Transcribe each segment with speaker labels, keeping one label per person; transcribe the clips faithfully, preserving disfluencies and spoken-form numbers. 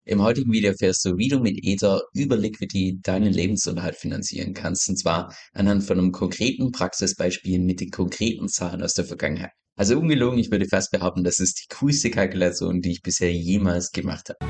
Speaker 1: Im heutigen Video erfährst du, wie du mit Ether über Liquidity deinen Lebensunterhalt finanzieren kannst, und zwar anhand von einem konkreten Praxisbeispiel mit den konkreten Zahlen aus der Vergangenheit. Also ungelogen, ich würde fast behaupten, das ist die coolste Kalkulation, die ich bisher jemals gemacht habe.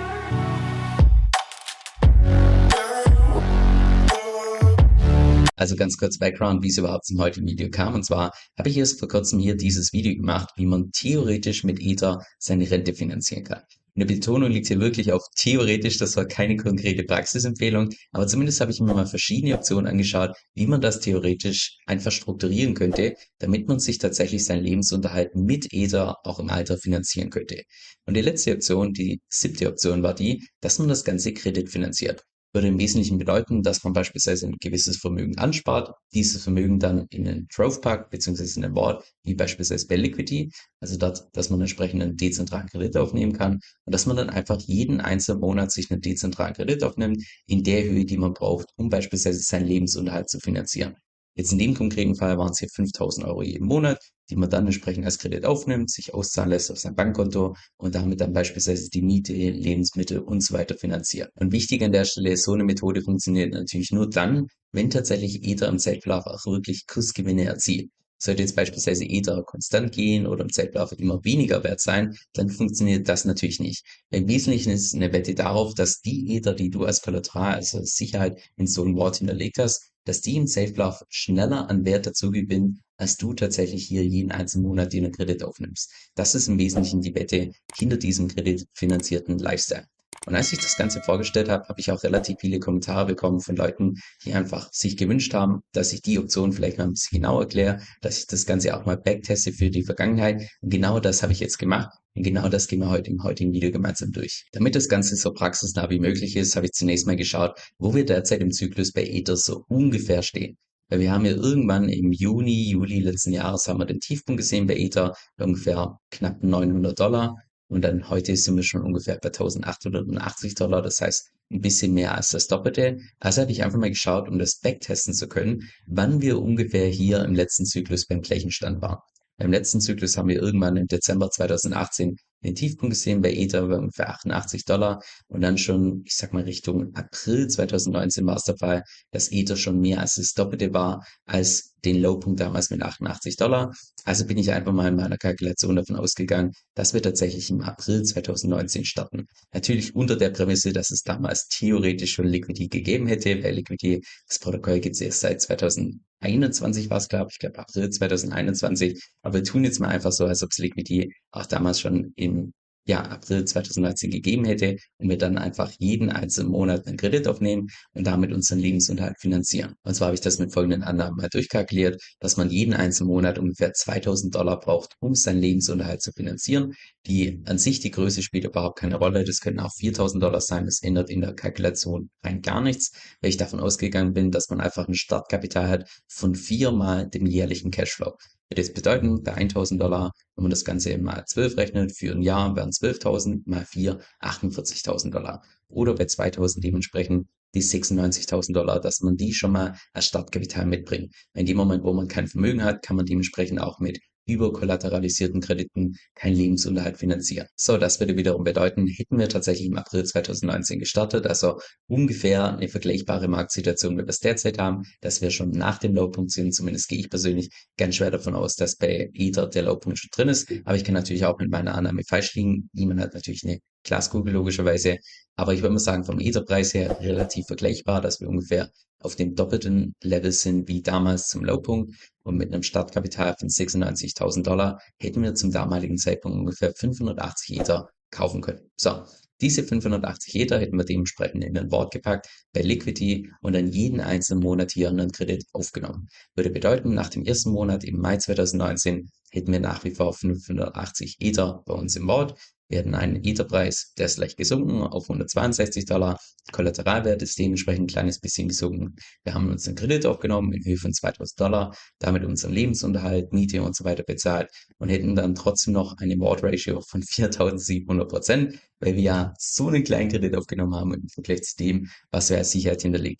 Speaker 1: Also ganz kurz Background, wie es überhaupt zum heutigen Video kam. Und zwar habe ich erst vor kurzem hier dieses Video gemacht, wie man theoretisch mit Ether seine Rente finanzieren kann. Eine Betonung liegt hier wirklich auf theoretisch, das war keine konkrete Praxisempfehlung, aber zumindest habe ich mir mal verschiedene Optionen angeschaut, wie man das theoretisch einfach strukturieren könnte, damit man sich tatsächlich seinen Lebensunterhalt mit Ether auch im Alter finanzieren könnte. Und die letzte Option, die siebte Option, war die, dass man das Ganze kreditfinanziert. Würde im Wesentlichen bedeuten, dass man beispielsweise ein gewisses Vermögen anspart, dieses Vermögen dann in einen Trove packt, beziehungsweise in einen Vault, wie beispielsweise bei Liquidity, also dort, dass man entsprechend einen dezentralen Kredit aufnehmen kann und dass man dann einfach jeden einzelnen Monat sich einen dezentralen Kredit aufnimmt, in der Höhe, die man braucht, um beispielsweise seinen Lebensunterhalt zu finanzieren. Jetzt in dem konkreten Fall waren es hier fünftausend Euro jeden Monat, die man dann entsprechend als Kredit aufnimmt, sich auszahlen lässt auf sein Bankkonto und damit dann beispielsweise die Miete, Lebensmittel und so weiter finanziert. Und wichtig an der Stelle ist, so eine Methode funktioniert natürlich nur dann, wenn tatsächlich Ether im Zeitverlauf auch wirklich Kursgewinne erzielt. Sollte jetzt beispielsweise Ether konstant gehen oder im Zeitverlauf immer weniger wert sein, dann funktioniert das natürlich nicht. Im Wesentlichen ist eine Wette darauf, dass die Ether, die du als Kollateral, also als Sicherheit in so ein Wort hinterlegt hast, dass die im Zeitverlauf schneller an Wert dazu gewinnen, als du tatsächlich hier jeden einzelnen Monat dir einen Kredit aufnimmst. Das ist im Wesentlichen die Wette hinter diesem kreditfinanzierten Lifestyle. Und als ich das Ganze vorgestellt habe, habe ich auch relativ viele Kommentare bekommen von Leuten, die einfach sich gewünscht haben, dass ich die Option vielleicht mal ein bisschen genauer erkläre, dass ich das Ganze auch mal backteste für die Vergangenheit. Und genau das habe ich jetzt gemacht. Und genau das gehen wir heute im heutigen Video gemeinsam durch. Damit das Ganze so praxisnah wie möglich ist, habe ich zunächst mal geschaut, wo wir derzeit im Zyklus bei Ether so ungefähr stehen. Weil wir haben ja irgendwann im Juni, Juli letzten Jahres haben wir den Tiefpunkt gesehen bei Ether, bei ungefähr knapp neunhundert Dollar. Und dann heute sind wir schon ungefähr bei eintausendachthundertachtzig Dollar. Das heißt, ein bisschen mehr als das Doppelte. Also habe ich einfach mal geschaut, um das backtesten zu können, wann wir ungefähr hier im letzten Zyklus beim gleichen Stand waren. Beim letzten Zyklus haben wir irgendwann im Dezember zweitausendachtzehn den Tiefpunkt gesehen bei Ether bei ungefähr achtundachtzig Dollar und dann schon, ich sag mal, Richtung April zweitausendneunzehn war es der Fall, dass Ether schon mehr als das Doppelte war als den Lowpunkt damals mit achtundachtzig Dollar. Also bin ich einfach mal in meiner Kalkulation davon ausgegangen, dass wir tatsächlich im April zweitausendneunzehn starten. Natürlich unter der Prämisse, dass es damals theoretisch schon Liquidity gegeben hätte, weil Liquidity, das Protokoll gibt es erst seit zweitausendeinundzwanzig war es, glaube ich, glaube April zweitausendeinundzwanzig. Aber wir tun jetzt mal einfach so, als ob es Liquidity auch damals schon im ja, April zweitausendneunzehn gegeben hätte und wir dann einfach jeden einzelnen Monat einen Kredit aufnehmen und damit unseren Lebensunterhalt finanzieren. Und zwar habe ich das mit folgenden Annahmen mal durchkalkuliert, dass man jeden einzelnen Monat ungefähr zweitausend Dollar braucht, um seinen Lebensunterhalt zu finanzieren. Die an sich, die Größe spielt überhaupt keine Rolle. Das könnten auch viertausend Dollar sein. Das ändert in der Kalkulation rein gar nichts, weil ich davon ausgegangen bin, dass man einfach ein Startkapital hat von viermal dem jährlichen Cashflow. Würde jetzt bedeuten, bei tausend Dollar, wenn man das Ganze mal zwölf rechnet, für ein Jahr wären zwölftausend mal vier achtundvierzigtausend Dollar. Oder bei zweitausend dementsprechend die sechsundneunzigtausend Dollar, dass man die schon mal als Startkapital mitbringt. In dem Moment, wo man kein Vermögen hat, kann man dementsprechend auch mit überkollateralisierten Krediten keinen Lebensunterhalt finanzieren. So, das würde wiederum bedeuten, hätten wir tatsächlich im April zweitausendneunzehn gestartet, also ungefähr eine vergleichbare Marktsituation, wie wir es derzeit haben, dass wir schon nach dem Lowpunkt sind. Zumindest gehe ich persönlich ganz schwer davon aus, dass bei Ether der Lowpunkt schon drin ist. Aber ich kann natürlich auch mit meiner Annahme falsch liegen. Niemand hat natürlich eine Glaskugel logischerweise. Aber ich würde mal sagen, vom Ether-Preis her relativ vergleichbar, dass wir ungefähr auf dem doppelten Level sind wie damals zum Lowpunkt. Und mit einem Startkapital von sechsundneunzigtausend Dollar hätten wir zum damaligen Zeitpunkt ungefähr fünfhundertachtzig Ether kaufen können. So, diese fünfhundertachtzig Ether hätten wir dementsprechend in ein Board gepackt bei Liquidity und dann jeden einzelnen Monat hier einen Kredit aufgenommen. Würde bedeuten, nach dem ersten Monat im Mai zweitausendneunzehn hätten wir nach wie vor fünfhundertachtzig Ether bei uns im Board. Wir hatten einen Etherpreis, der ist leicht gesunken auf hundertzweiundsechzig Dollar. Kollateralwert ist dementsprechend ein kleines bisschen gesunken. Wir haben uns einen Kredit aufgenommen in Höhe von zweitausend Dollar, damit unseren Lebensunterhalt, Miete und so weiter bezahlt und hätten dann trotzdem noch eine Reward Ratio von viertausendsiebenhundert Prozent, weil wir ja so einen kleinen Kredit aufgenommen haben im Vergleich zu dem, was wir als Sicherheit hinterlegt haben.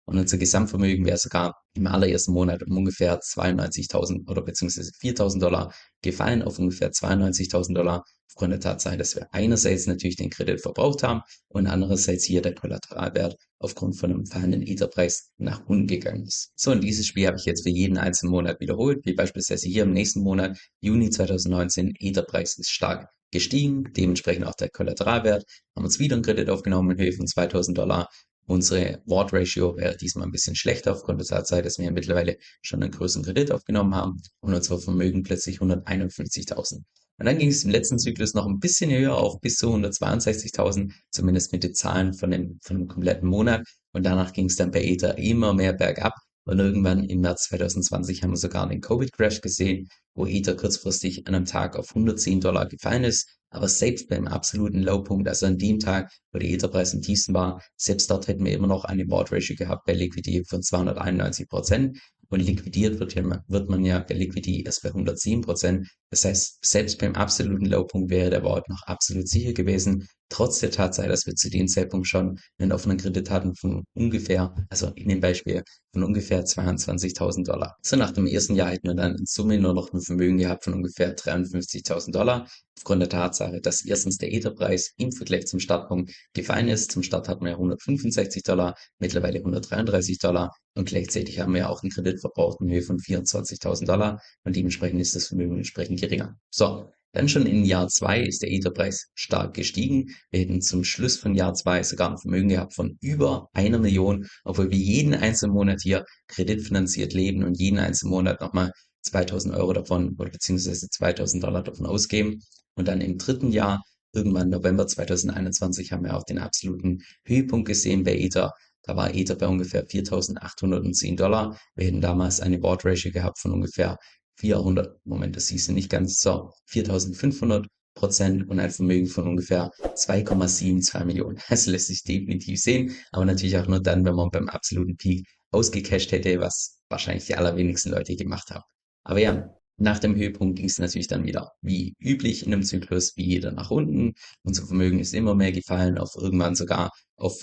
Speaker 1: und unser Gesamtvermögen wäre sogar im allerersten Monat um ungefähr zweiundneunzigtausend oder beziehungsweise viertausend Dollar gefallen auf ungefähr zweiundneunzigtausend Dollar aufgrund der Tatsache, dass wir einerseits natürlich den Kredit verbraucht haben und andererseits hier der Kollateralwert aufgrund von einem fallenden Etherpreis nach unten gegangen ist. So, und dieses Spiel habe ich jetzt für jeden einzelnen Monat wiederholt, wie beispielsweise hier im nächsten Monat, Juni zweitausendneunzehn, Etherpreis ist stark gestiegen, dementsprechend auch der Kollateralwert, haben uns wieder einen Kredit aufgenommen in Höhe von zweitausend Dollar. Unsere Ward Ratio wäre diesmal ein bisschen schlechter aufgrund der Tatsache, dass wir ja mittlerweile schon einen größeren Kredit aufgenommen haben und unser Vermögen plötzlich hunderteinundfünfzigtausend. Und dann ging es im letzten Zyklus noch ein bisschen höher auf bis zu hundertzweiundsechzigtausend, zumindest mit den Zahlen von dem, von dem kompletten Monat. Und danach ging es dann bei Ether immer mehr bergab. Und irgendwann im März zweitausendzwanzig haben wir sogar den Covid-Crash gesehen, wo Ether kurzfristig an einem Tag auf hundertzehn Dollar gefallen ist. Aber selbst beim absoluten Lowpunkt, also an dem Tag, wo der Etherpreis am tiefsten war, selbst dort hätten wir immer noch eine Ward Ratio gehabt bei Liquidity von zweihunderteinundneunzig Prozent. Und liquidiert wird, ja, wird man ja bei Liquidity erst bei hundertsieben Prozent. Das heißt, selbst beim absoluten Lowpunkt wäre der Wert noch absolut sicher gewesen, trotz der Tatsache, dass wir zu dem Zeitpunkt schon einen offenen Kredit hatten von ungefähr, also in dem Beispiel, von ungefähr zweiundzwanzigtausend Dollar. So, nach dem ersten Jahr hätten wir dann in Summe nur noch ein Vermögen gehabt von ungefähr dreiundfünfzigtausend Dollar, aufgrund der Tatsache, dass erstens der Etherpreis im Vergleich zum Startpunkt gefallen ist. Zum Start hatten wir hundertfünfundsechzig Dollar, mittlerweile hundertdreiunddreißig Dollar und gleichzeitig haben wir auch einen Kredit verbraucht in Höhe von vierundzwanzigtausend Dollar und dementsprechend ist das Vermögen entsprechend geringer. So, dann schon in Jahr zwei ist der Etherpreis stark gestiegen. Wir hätten zum Schluss von Jahr zwei sogar ein Vermögen gehabt von über einer Million, obwohl wir jeden einzelnen Monat hier kreditfinanziert leben und jeden einzelnen Monat nochmal zweitausend Euro davon oder beziehungsweise zweitausend Dollar davon ausgeben. Und dann im dritten Jahr, irgendwann November zweitausendeinundzwanzig, haben wir auch den absoluten Höhepunkt gesehen bei Ether. Da war Ether bei ungefähr viertausendachthundertzehn Dollar. Wir hätten damals eine Ward Ratio gehabt von ungefähr vierhundert, Moment, das hieß nicht ganz so, viertausendfünfhundert Prozent und ein Vermögen von ungefähr zwei Komma zweiundsiebzig Millionen. Das lässt sich definitiv sehen, aber natürlich auch nur dann, wenn man beim absoluten Peak ausgecasht hätte, was wahrscheinlich die allerwenigsten Leute gemacht haben. Aber ja, nach dem Höhepunkt ging es natürlich dann wieder, wie üblich in einem Zyklus, wie jeder nach unten. Unser Vermögen ist immer mehr gefallen, auf irgendwann sogar auf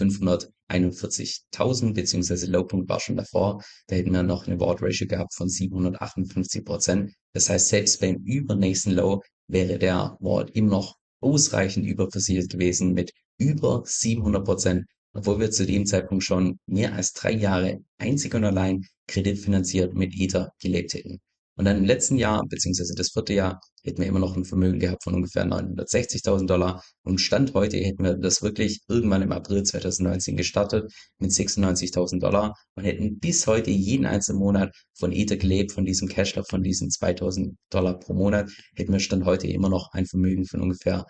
Speaker 1: fünfhunderteinundvierzigtausend, beziehungsweise Lowpunkt war schon davor. Da hätten wir noch eine Ward Ratio gehabt von siebenhundertachtundfünfzig Prozent. Das heißt, selbst beim übernächsten Low wäre der Ward immer noch ausreichend überversichert gewesen mit über siebenhundert Prozent, obwohl wir zu dem Zeitpunkt schon mehr als drei Jahre einzig und allein kreditfinanziert mit Ether gelebt hätten. Und dann im letzten Jahr, beziehungsweise das vierte Jahr, hätten wir immer noch ein Vermögen gehabt von ungefähr neunhundertsechzigtausend Dollar. Und Stand heute hätten wir das wirklich irgendwann im April zweitausendneunzehn gestartet mit sechsundneunzigtausend Dollar und hätten bis heute jeden einzelnen Monat von Ether gelebt, von diesem Cashflow, von diesen zweitausend Dollar pro Monat, hätten wir Stand heute immer noch ein Vermögen von ungefähr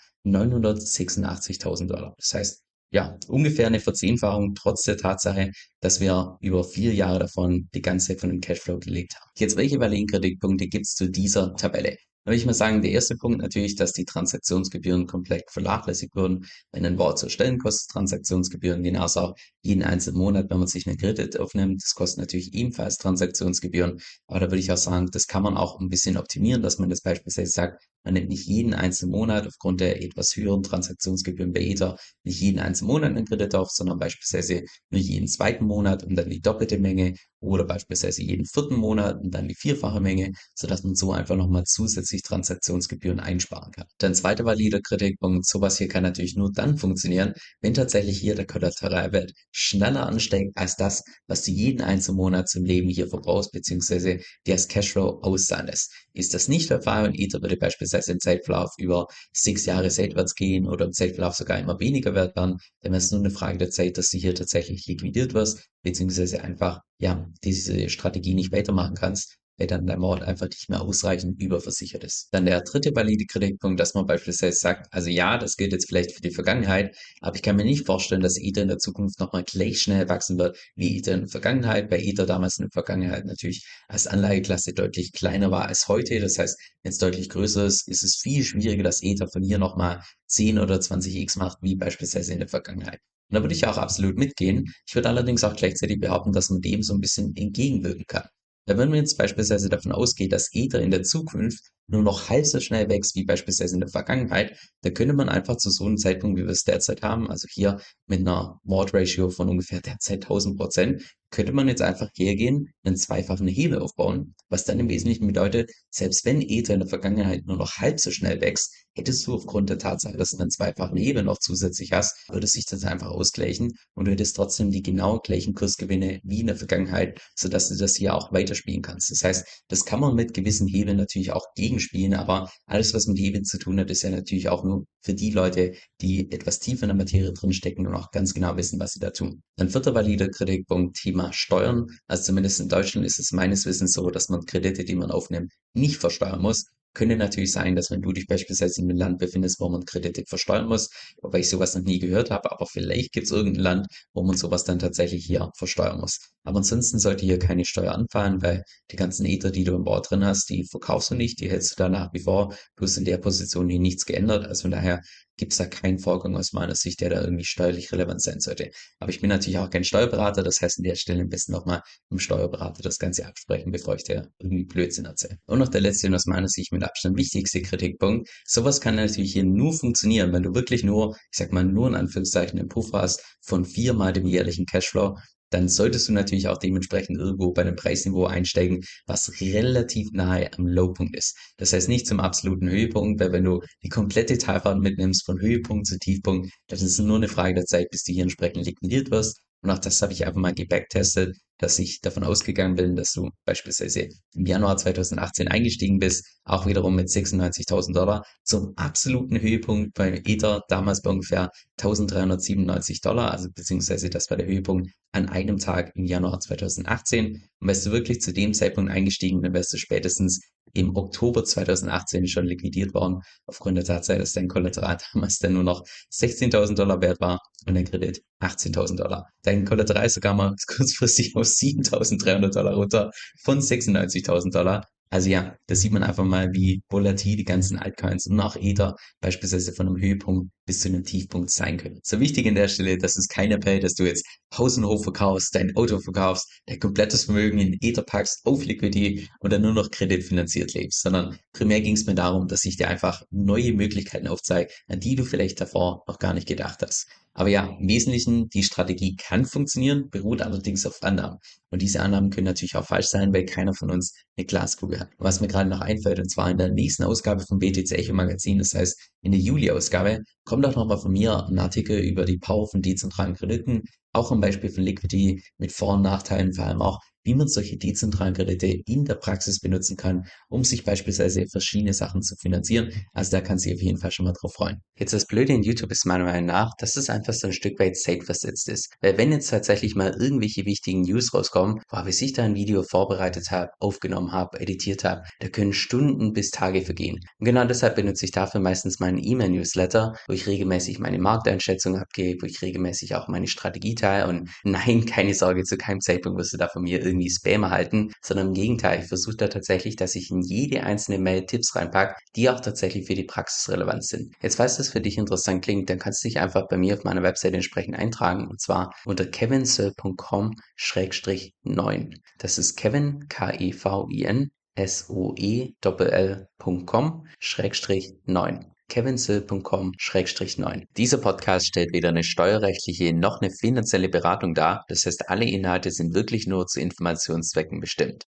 Speaker 1: neunhundertsechsundachtzigtausend Dollar. Das heißt, ja, ungefähr eine Verzehnfachung trotz der Tatsache, dass wir über vier Jahre davon die ganze Zeit von dem Cashflow gelebt haben. Jetzt, welche validen Kritikpunkte gibt es zu dieser Tabelle? Da würde ich mal sagen, der erste Punkt natürlich, dass die Transaktionsgebühren komplett vernachlässigt wurden. Wenn ein Wort zu erstellen, kostet Transaktionsgebühren, genauso auch jeden einzelnen Monat, wenn man sich einen Kredit aufnimmt. Das kostet natürlich ebenfalls Transaktionsgebühren. Aber da würde ich auch sagen, das kann man auch ein bisschen optimieren, dass man das beispielsweise sagt, man nimmt nicht jeden einzelnen Monat aufgrund der etwas höheren Transaktionsgebühren bei Ether nicht jeden einzelnen Monat einen Kredit auf, sondern beispielsweise nur jeden zweiten Monat und dann die doppelte Menge oder beispielsweise jeden vierten Monat und dann die vierfache Menge, sodass man so einfach nochmal zusätzlich Transaktionsgebühren einsparen kann. Dann zweiter valider Kritikpunkt, sowas hier kann natürlich nur dann funktionieren, wenn tatsächlich hier der Kollateralwert schneller ansteigt als das, was du jeden einzelnen Monat zum Leben hier verbrauchst, beziehungsweise dir als Cashflow auszahlen lässt. Ist das nicht der Fall und Ether würde beispielsweise im Zeitverlauf über sechs Jahre seitwärts gehen oder im Zeitverlauf sogar immer weniger wert werden, dann wäre es nur eine Frage der Zeit, dass du hier tatsächlich liquidiert wirst, beziehungsweise einfach, ja, diese Strategie nicht weitermachen kannst, weil dann dein Wort einfach nicht mehr ausreichend überversichert ist. Dann der dritte valide Kritikpunkt, dass man beispielsweise sagt, also ja, das gilt jetzt vielleicht für die Vergangenheit, aber ich kann mir nicht vorstellen, dass Ether in der Zukunft nochmal gleich schnell wachsen wird wie Ether in der Vergangenheit, weil Ether damals in der Vergangenheit natürlich als Anlageklasse deutlich kleiner war als heute. Das heißt, wenn es deutlich größer ist, ist es viel schwieriger, dass Ether von hier nochmal zehn oder zwanzig x macht, wie beispielsweise in der Vergangenheit. Und da würde ich auch absolut mitgehen. Ich würde allerdings auch gleichzeitig behaupten, dass man dem so ein bisschen entgegenwirken kann. Weil wenn man jetzt beispielsweise davon ausgeht, dass Ether in der Zukunft nur noch halb so schnell wächst wie beispielsweise in der Vergangenheit, dann könnte man einfach zu so einem Zeitpunkt, wie wir es derzeit haben, also hier mit einer Mord Ratio von ungefähr derzeit tausend Prozent, könnte man jetzt einfach hergehen, einen zweifachen Hebel aufbauen, was dann im Wesentlichen bedeutet, selbst wenn Ether in der Vergangenheit nur noch halb so schnell wächst, hättest du aufgrund der Tatsache, dass du einen zweifachen Hebel noch zusätzlich hast, würde sich das einfach ausgleichen und du hättest trotzdem die genau gleichen Kursgewinne wie in der Vergangenheit, sodass du das hier auch weiterspielen kannst. Das heißt, das kann man mit gewissen Hebeln natürlich auch gegenspielen, aber alles, was mit Hebeln zu tun hat, ist ja natürlich auch nur für die Leute, die etwas tiefer in der Materie drinstecken und auch ganz genau wissen, was sie da tun. Ein vierter valider Kritikpunkt, Thema Steuern. Also zumindest in Deutschland ist es meines Wissens so, dass man Kredite, die man aufnimmt, nicht versteuern muss. Könnte natürlich sein, dass wenn du dich beispielsweise in einem Land befindest, wo man Kredite versteuern muss, wobei ich sowas noch nie gehört habe, aber vielleicht gibt es irgendein Land, wo man sowas dann tatsächlich hier versteuern muss. Aber ansonsten sollte hier keine Steuer anfallen, weil die ganzen Ether, die du im Board drin hast, die verkaufst du nicht, die hältst du da nach wie vor, bloß in der Position hier nichts geändert. Also von daher gibt es da keinen Vorgang aus meiner Sicht, der da irgendwie steuerlich relevant sein sollte. Aber ich bin natürlich auch kein Steuerberater, das heißt an der Stelle am besten nochmal mit dem Steuerberater das Ganze absprechen, bevor ich dir irgendwie Blödsinn erzähle. Und noch der letzte und aus meiner Sicht mit Abstand wichtigste Kritikpunkt. Sowas kann natürlich hier nur funktionieren, wenn du wirklich nur, ich sag mal, nur in Anführungszeichen einen Puffer hast von viermal dem jährlichen Cashflow, dann solltest du natürlich auch dementsprechend irgendwo bei einem Preisniveau einsteigen, was relativ nahe am Lowpunkt ist. Das heißt nicht zum absoluten Höhepunkt, weil wenn du die komplette Talfahrt mitnimmst von Höhepunkt zu Tiefpunkt, dann ist es nur eine Frage der Zeit, bis du hier entsprechend liquidiert wirst. Und auch das habe ich einfach mal gebacktestet, dass ich davon ausgegangen bin, dass du beispielsweise im Januar zweitausendachtzehn eingestiegen bist, auch wiederum mit sechsundneunzigtausend Dollar zum absoluten Höhepunkt bei Ether, damals bei ungefähr eintausenddreihundertsiebenundneunzig Dollar, also beziehungsweise das war der Höhepunkt an einem Tag im Januar zweitausendachtzehn. Und wärst du wirklich zu dem Zeitpunkt eingestiegen, dann wärst du spätestens im Oktober zweitausendachtzehn schon liquidiert worden, aufgrund der Tatsache, dass dein Kollateral damals dann nur noch sechzehntausend Dollar wert war und dein Kredit achtzehntausend Dollar. Dein Kollateral ist sogar mal kurzfristig auf siebentausenddreihundert Dollar runter von sechsundneunzigtausend Dollar. Also ja, da sieht man einfach mal, wie volatil die ganzen Altcoins und auch Ether beispielsweise von einem Höhepunkt bis zu einem Tiefpunkt sein können. So wichtig an der Stelle, das ist kein Appell, dass du jetzt Haus und Hof verkaufst, dein Auto verkaufst, dein komplettes Vermögen in Ether packst, auf Liquidity und dann nur noch kreditfinanziert lebst, sondern primär ging es mir darum, dass ich dir einfach neue Möglichkeiten aufzeige, an die du vielleicht davor noch gar nicht gedacht hast. Aber ja, im Wesentlichen, die Strategie kann funktionieren, beruht allerdings auf Annahmen. Und diese Annahmen können natürlich auch falsch sein, weil keiner von uns eine Glaskugel hat. Was mir gerade noch einfällt, und zwar in der nächsten Ausgabe vom B T C Echo Magazin, das heißt in der Juli-Ausgabe, kommt auch nochmal von mir ein Artikel über die Power von dezentralen Krediten, auch ein Beispiel von Liquidity mit Vor- und Nachteilen, vor allem auch, wie man solche dezentralen Kredite in der Praxis benutzen kann, um sich beispielsweise verschiedene Sachen zu finanzieren. Also da kannst du dich auf jeden Fall schon mal drauf freuen. Jetzt das Blöde in YouTube ist meiner Meinung nach, dass es einfach so ein Stück weit safe versetzt ist. Weil wenn jetzt tatsächlich mal irgendwelche wichtigen News rauskommen, boah, bis ich da ein Video vorbereitet habe, aufgenommen habe, editiert habe, da können Stunden bis Tage vergehen. Und genau deshalb benutze ich dafür meistens meinen E-Mail-Newsletter, wo ich regelmäßig meine Markteinschätzung abgebe, wo ich regelmäßig auch meine Strategie teile. Und nein, keine Sorge, zu keinem Zeitpunkt wirst du da von mir irgendwie Spam erhalten, sondern im Gegenteil, ich versuche da tatsächlich, dass ich in jede einzelne Mail Tipps reinpacke, die auch tatsächlich für die Praxis relevant sind. Jetzt, falls das für dich interessant klingt, dann kannst du dich einfach bei mir auf meiner Webseite entsprechend eintragen, und zwar unter kevinsoe punkt com Schrägstrich neun. Das ist Kevin, K E V I N, S O E L L punkt com Schrägstrich neun. kevinsoe punkt com Schrägstrich neun. Dieser Podcast stellt weder eine steuerrechtliche noch eine finanzielle Beratung dar. Das heißt, alle Inhalte sind wirklich nur zu Informationszwecken bestimmt.